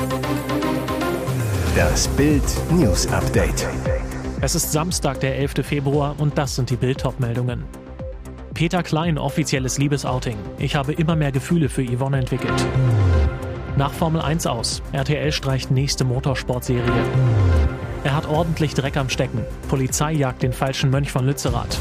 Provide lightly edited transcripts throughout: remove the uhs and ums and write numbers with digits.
Das Bild News Update. Es ist Samstag, der 11. Februar und das sind die Bild-Top-Meldungen. Peter Klein, offizielles Liebesouting. Ich habe immer mehr Gefühle für Yvonne entwickelt. Nach Formel 1 aus. RTL streicht nächste Motorsportserie. Er hat ordentlich Dreck am Stecken. Polizei jagt den falschen Mönch von Lützerath.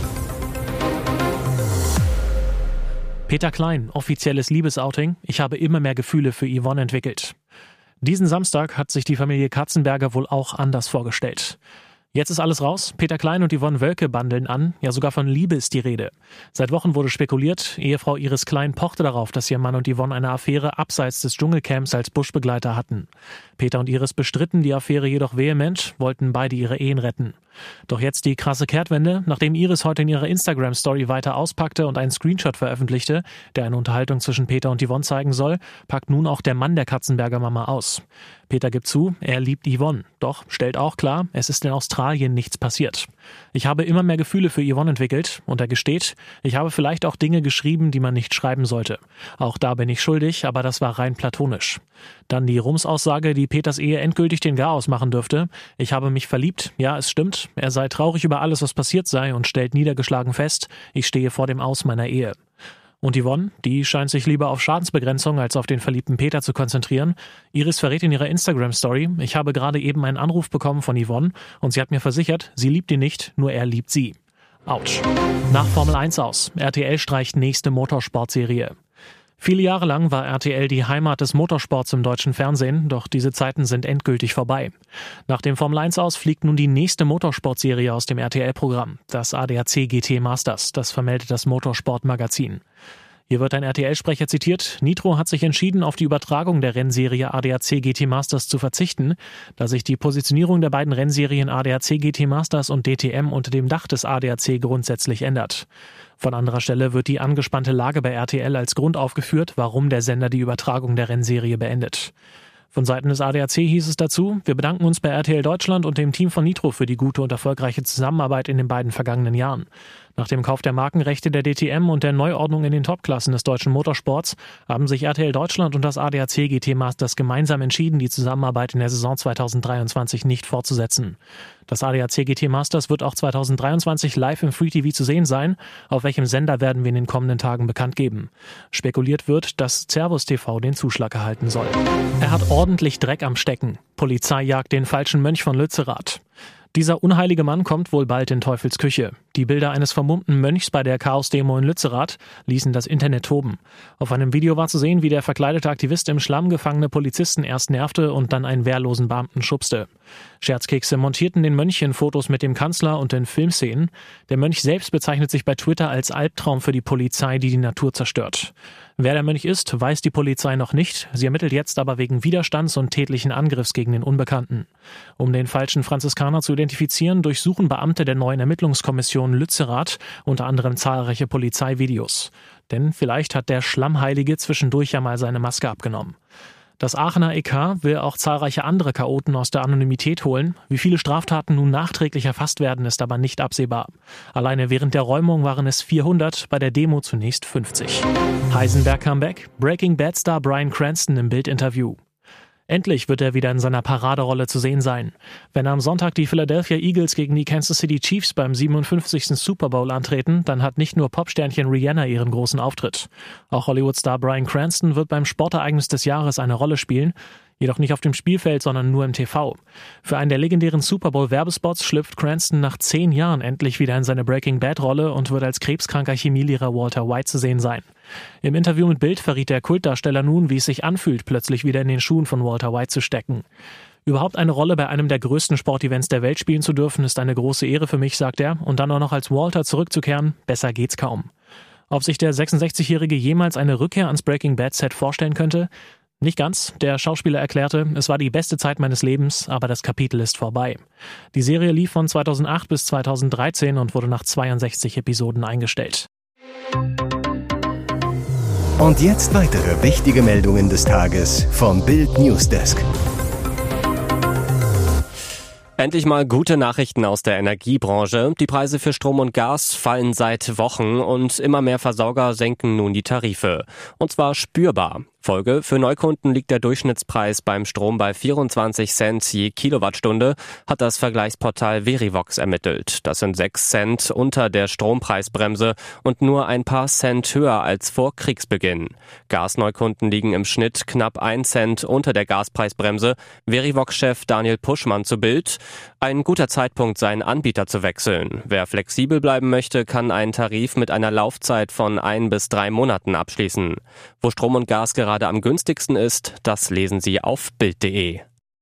Peter Klein, offizielles Liebesouting. Ich habe immer mehr Gefühle für Yvonne entwickelt. Diesen Samstag hat sich die Familie Katzenberger wohl auch anders vorgestellt. Jetzt ist alles raus. Peter Klein und Yvonne Wölke bandeln an. Ja, sogar von Liebe ist die Rede. Seit Wochen wurde spekuliert, Ehefrau Iris Klein pochte darauf, dass ihr Mann und Yvonne eine Affäre abseits des Dschungelcamps als Buschbegleiter hatten. Peter und Iris bestritten die Affäre jedoch vehement, wollten beide ihre Ehen retten. Doch jetzt die krasse Kehrtwende. Nachdem Iris heute in ihrer Instagram-Story weiter auspackte und einen Screenshot veröffentlichte, der eine Unterhaltung zwischen Peter und Yvonne zeigen soll, packt nun auch der Mann der Katzenberger Mama aus. Peter gibt zu, er liebt Yvonne. Doch stellt auch klar, es ist in Australien nichts passiert. Ich habe immer mehr Gefühle für Yvonne entwickelt und er gesteht, ich habe vielleicht auch Dinge geschrieben, die man nicht schreiben sollte. Auch da bin ich schuldig, aber das war rein platonisch. Dann die Rums-Aussage, die Peters Ehe endgültig den Garaus machen dürfte. Ich habe mich verliebt. Ja, es stimmt. Er sei traurig über alles, was passiert sei und stellt niedergeschlagen fest, ich stehe vor dem Aus meiner Ehe. Und Yvonne, die scheint sich lieber auf Schadensbegrenzung als auf den verliebten Peter zu konzentrieren. Iris verrät in ihrer Instagram-Story, ich habe gerade eben einen Anruf bekommen von Yvonne und sie hat mir versichert, sie liebt ihn nicht, nur er liebt sie. Autsch. Nach Formel 1 aus. RTL streicht nächste Motorsportserie. Viele Jahre lang war RTL die Heimat des Motorsports im deutschen Fernsehen, doch diese Zeiten sind endgültig vorbei. Nach dem Formel 1 aus fliegt nun die nächste Motorsportserie aus dem RTL-Programm, das ADAC GT Masters, das vermeldet das Motorsportmagazin. Hier wird ein RTL-Sprecher zitiert, Nitro hat sich entschieden, auf die Übertragung der Rennserie ADAC GT Masters zu verzichten, da sich die Positionierung der beiden Rennserien ADAC GT Masters und DTM unter dem Dach des ADAC grundsätzlich ändert. Von anderer Stelle wird die angespannte Lage bei RTL als Grund aufgeführt, warum der Sender die Übertragung der Rennserie beendet. Von Seiten des ADAC hieß es dazu, wir bedanken uns bei RTL Deutschland und dem Team von Nitro für die gute und erfolgreiche Zusammenarbeit in den beiden vergangenen Jahren. Nach dem Kauf der Markenrechte der DTM und der Neuordnung in den Topklassen des deutschen Motorsports haben sich RTL Deutschland und das ADAC GT Masters gemeinsam entschieden, die Zusammenarbeit in der Saison 2023 nicht fortzusetzen. Das ADAC GT Masters wird auch 2023 live im Free TV zu sehen sein. Auf welchem Sender werden wir in den kommenden Tagen bekannt geben. Spekuliert wird, dass Servus TV den Zuschlag erhalten soll. Er hat ordentlich Dreck am Stecken. Polizei jagt den falschen Mönch von Lützerath. Dieser unheilige Mann kommt wohl bald in Teufels Küche. Die Bilder eines vermummten Mönchs bei der Chaos-Demo in Lützerath ließen das Internet toben. Auf einem Video war zu sehen, wie der verkleidete Aktivist im Schlamm gefangene Polizisten erst nervte und dann einen wehrlosen Beamten schubste. Scherzkekse montierten den Mönch in Fotos mit dem Kanzler und in Filmszenen. Der Mönch selbst bezeichnet sich bei Twitter als Albtraum für die Polizei, die die Natur zerstört. Wer der Mönch ist, weiß die Polizei noch nicht. Sie ermittelt jetzt aber wegen Widerstands und tätlichen Angriffs gegen den Unbekannten. Um den falschen Franziskaner zu identifizieren, durchsuchen Beamte der neuen Ermittlungskommission Lützerath unter anderem zahlreiche Polizeivideos. Denn vielleicht hat der Schlammheilige zwischendurch ja mal seine Maske abgenommen. Das Aachener EK will auch zahlreiche andere Chaoten aus der Anonymität holen. Wie viele Straftaten nun nachträglich erfasst werden, ist aber nicht absehbar. Alleine während der Räumung waren es 400, bei der Demo zunächst 50. Heisenberg Comeback, Breaking Bad Star Bryan Cranston im Bild-Interview. Endlich wird er wieder in seiner Paraderolle zu sehen sein. Wenn am Sonntag die Philadelphia Eagles gegen die Kansas City Chiefs beim 57. Super Bowl antreten, dann hat nicht nur Popsternchen Rihanna ihren großen Auftritt. Auch Hollywood-Star Bryan Cranston wird beim Sportereignis des Jahres eine Rolle spielen, jedoch nicht auf dem Spielfeld, sondern nur im TV. Für einen der legendären Super Bowl-Werbespots schlüpft Cranston nach 10 Jahren endlich wieder in seine Breaking Bad-Rolle und wird als krebskranker Chemielehrer Walter White zu sehen sein. Im Interview mit Bild verriet der Kultdarsteller nun, wie es sich anfühlt, plötzlich wieder in den Schuhen von Walter White zu stecken. Überhaupt eine Rolle bei einem der größten Sportevents der Welt spielen zu dürfen, ist eine große Ehre für mich, sagt er, und dann auch noch als Walter zurückzukehren, besser geht's kaum. Ob sich der 66-Jährige jemals eine Rückkehr ans Breaking Bad-Set vorstellen könnte? Nicht ganz. Der Schauspieler erklärte, es war die beste Zeit meines Lebens, aber das Kapitel ist vorbei. Die Serie lief von 2008 bis 2013 und wurde nach 62 Episoden eingestellt. Und jetzt weitere wichtige Meldungen des Tages vom Bild Newsdesk. Endlich mal gute Nachrichten aus der Energiebranche. Die Preise für Strom und Gas fallen seit Wochen und immer mehr Versorger senken nun die Tarife. Und zwar spürbar. Folge: Für Neukunden liegt der Durchschnittspreis beim Strom bei 24 Cent je Kilowattstunde, hat das Vergleichsportal Verivox ermittelt. Das sind 6 Cent unter der Strompreisbremse und nur ein paar Cent höher als vor Kriegsbeginn. Gasneukunden liegen im Schnitt knapp 1 Cent unter der Gaspreisbremse. Verivox-Chef Daniel Puschmann zu Bild: Ein guter Zeitpunkt, seinen Anbieter zu wechseln. Wer flexibel bleiben möchte, kann einen Tarif mit einer Laufzeit von 1 bis 3 Monaten abschließen. Wo Strom und Gas gerade am günstigsten ist, das lesen Sie auf Bild.de.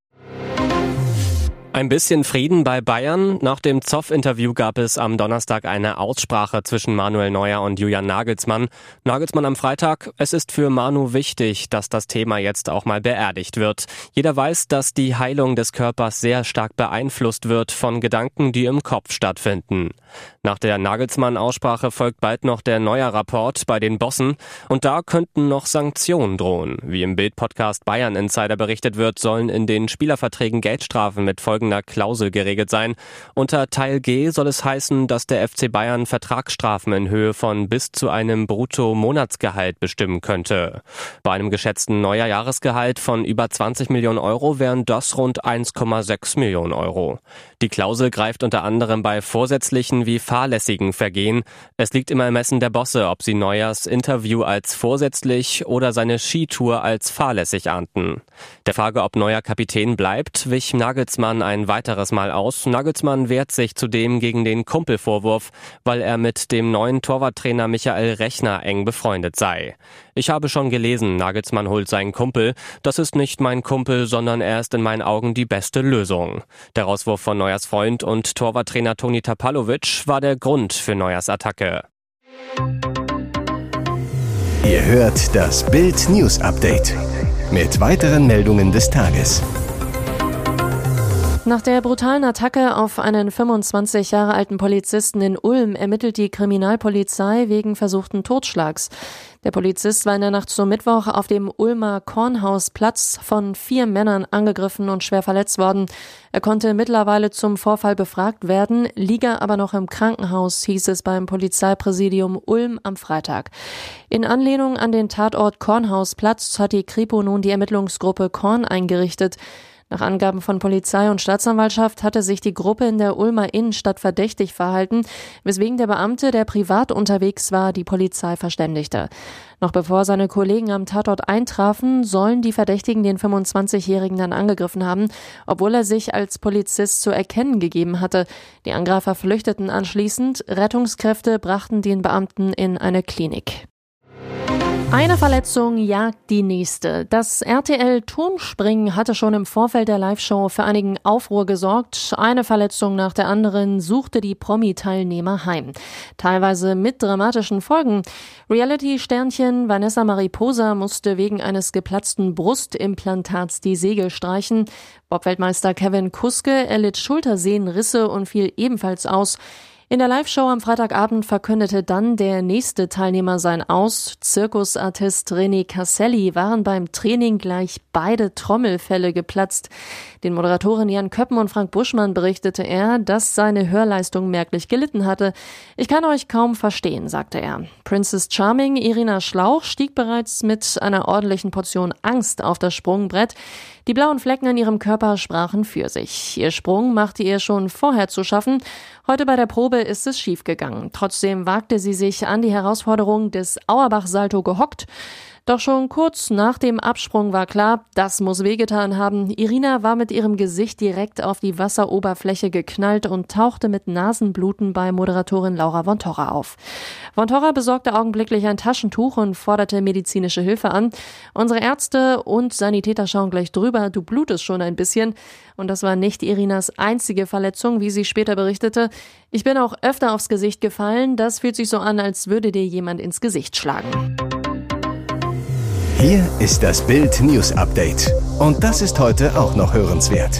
Ein bisschen Frieden bei Bayern. Nach dem Zoff-Interview gab es am Donnerstag eine Aussprache zwischen Manuel Neuer und Julian Nagelsmann. Nagelsmann am Freitag: Es ist für Manu wichtig, dass das Thema jetzt auch mal beerdigt wird. Jeder weiß, dass die Heilung des Körpers sehr stark beeinflusst wird von Gedanken, die im Kopf stattfinden. Nach der Nagelsmann-Aussprache folgt bald noch der Neuer-Rapport bei den Bossen. Und da könnten noch Sanktionen drohen. Wie im Bild-Podcast Bayern Insider berichtet wird, sollen in den Spielerverträgen Geldstrafen mit folgender Klausel geregelt sein. Unter Teil G soll es heißen, dass der FC Bayern Vertragsstrafen in Höhe von bis zu einem Brutto-Monatsgehalt bestimmen könnte. Bei einem geschätzten Neuer-Jahresgehalt von über 20 Millionen Euro wären das rund 1,6 Millionen Euro. Die Klausel greift unter anderem bei vorsätzlichen wie fahrlässigen Vergehen. Es liegt im Ermessen der Bosse, ob sie Neuers Interview als vorsätzlich oder seine Skitour als fahrlässig ahnten. Der Frage, ob Neuer Kapitän bleibt, wich Nagelsmann ein weiteres Mal aus. Nagelsmann wehrt sich zudem gegen den Kumpelvorwurf, weil er mit dem neuen Torwarttrainer Michael Rechner eng befreundet sei. Ich habe schon gelesen, Nagelsmann holt seinen Kumpel. Das ist nicht mein Kumpel, sondern er ist in meinen Augen die beste Lösung. Der Rauswurf von Neuers Freund und Torwarttrainer Toni Tapalovic war der Grund für Neuers Attacke. Ihr hört das Bild News Update mit weiteren Meldungen des Tages. Nach der brutalen Attacke auf einen 25 Jahre alten Polizisten in Ulm ermittelt die Kriminalpolizei wegen versuchten Totschlags. Der Polizist war in der Nacht zum Mittwoch auf dem Ulmer Kornhausplatz von 4 Männern angegriffen und schwer verletzt worden. Er konnte mittlerweile zum Vorfall befragt werden, liege aber noch im Krankenhaus, hieß es beim Polizeipräsidium Ulm am Freitag. In Anlehnung an den Tatort Kornhausplatz hat die Kripo nun die Ermittlungsgruppe Korn eingerichtet. Nach Angaben von Polizei und Staatsanwaltschaft hatte sich die Gruppe in der Ulmer Innenstadt verdächtig verhalten, weswegen der Beamte, der privat unterwegs war, die Polizei verständigte. Noch bevor seine Kollegen am Tatort eintrafen, sollen die Verdächtigen den 25-Jährigen dann angegriffen haben, obwohl er sich als Polizist zu erkennen gegeben hatte. Die Angreifer flüchteten anschließend. Rettungskräfte brachten den Beamten in eine Klinik. Eine Verletzung jagt die nächste. Das RTL-Turmspringen hatte schon im Vorfeld der Live-Show für einigen Aufruhr gesorgt. Eine Verletzung nach der anderen suchte die Promi-Teilnehmer heim. Teilweise mit dramatischen Folgen. Reality-Sternchen Vanessa Mariposa musste wegen eines geplatzten Brustimplantats die Segel streichen. Bob-Weltmeister Kevin Kuske erlitt Schultersehnenrisse und fiel ebenfalls aus. In der Live-Show am Freitagabend verkündete dann der nächste Teilnehmer sein Aus. Zirkusartist René Casselli waren beim Training gleich beide Trommelfelle geplatzt. Den Moderatoren Jan Köppen und Frank Buschmann berichtete er, dass seine Hörleistung merklich gelitten hatte. Ich kann euch kaum verstehen, sagte er. Princess Charming Irina Schlauch stieg bereits mit einer ordentlichen Portion Angst auf das Sprungbrett. Die blauen Flecken an ihrem Körper sprachen für sich. Ihr Sprung machte ihr schon vorher zu schaffen. Heute bei der Probe ist es schiefgegangen. Trotzdem wagte sie sich an die Herausforderung des Auerbach-Salto gehockt. Doch schon kurz nach dem Absprung war klar, das muss wehgetan haben. Irina war mit ihrem Gesicht direkt auf die Wasseroberfläche geknallt und tauchte mit Nasenbluten bei Moderatorin Laura von Torra auf. Von Torra besorgte augenblicklich ein Taschentuch und forderte medizinische Hilfe an. Unsere Ärzte und Sanitäter schauen gleich drüber, du blutest schon ein bisschen. Und das war nicht Irinas einzige Verletzung, wie sie später berichtete. Ich bin auch öfter aufs Gesicht gefallen. Das fühlt sich so an, als würde dir jemand ins Gesicht schlagen. Hier ist das Bild News Update. Und das ist heute auch noch hörenswert.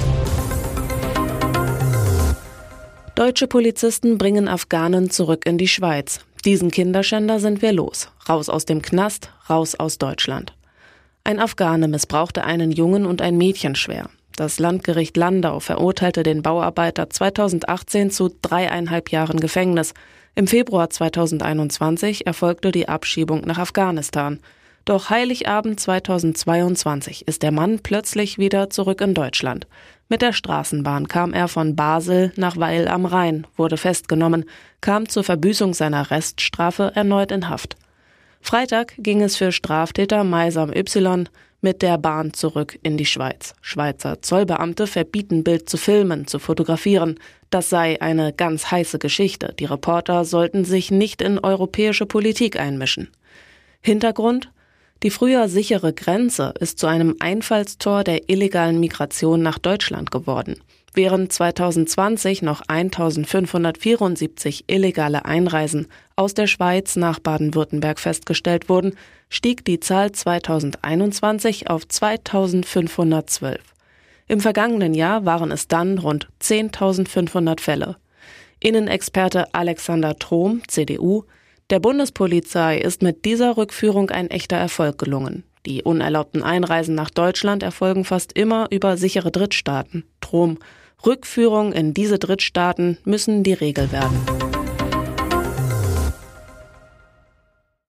Deutsche Polizisten bringen Afghanen zurück in die Schweiz. Diesen Kinderschänder sind wir los. Raus aus dem Knast, raus aus Deutschland. Ein Afghane missbrauchte einen Jungen und ein Mädchen schwer. Das Landgericht Landau verurteilte den Bauarbeiter 2018 zu 3,5 Jahren Gefängnis. Im Februar 2021 erfolgte die Abschiebung nach Afghanistan. Doch Heiligabend 2022 ist der Mann plötzlich wieder zurück in Deutschland. Mit der Straßenbahn kam er von Basel nach Weil am Rhein, wurde festgenommen, kam zur Verbüßung seiner Reststrafe erneut in Haft. Freitag ging es für Straftäter Meisam Y mit der Bahn zurück in die Schweiz. Schweizer Zollbeamte verbieten Bild zu filmen, zu fotografieren. Das sei eine ganz heiße Geschichte. Die Reporter sollten sich nicht in europäische Politik einmischen. Hintergrund? Die früher sichere Grenze ist zu einem Einfallstor der illegalen Migration nach Deutschland geworden. Während 2020 noch 1574 illegale Einreisen aus der Schweiz nach Baden-Württemberg festgestellt wurden, stieg die Zahl 2021 auf 2512. Im vergangenen Jahr waren es dann rund 10.500 Fälle. Innenexperte Alexander Trom, CDU: Der Bundespolizei ist mit dieser Rückführung ein echter Erfolg gelungen. Die unerlaubten Einreisen nach Deutschland erfolgen fast immer über sichere Drittstaaten. Trom: Rückführungen in diese Drittstaaten müssen die Regel werden.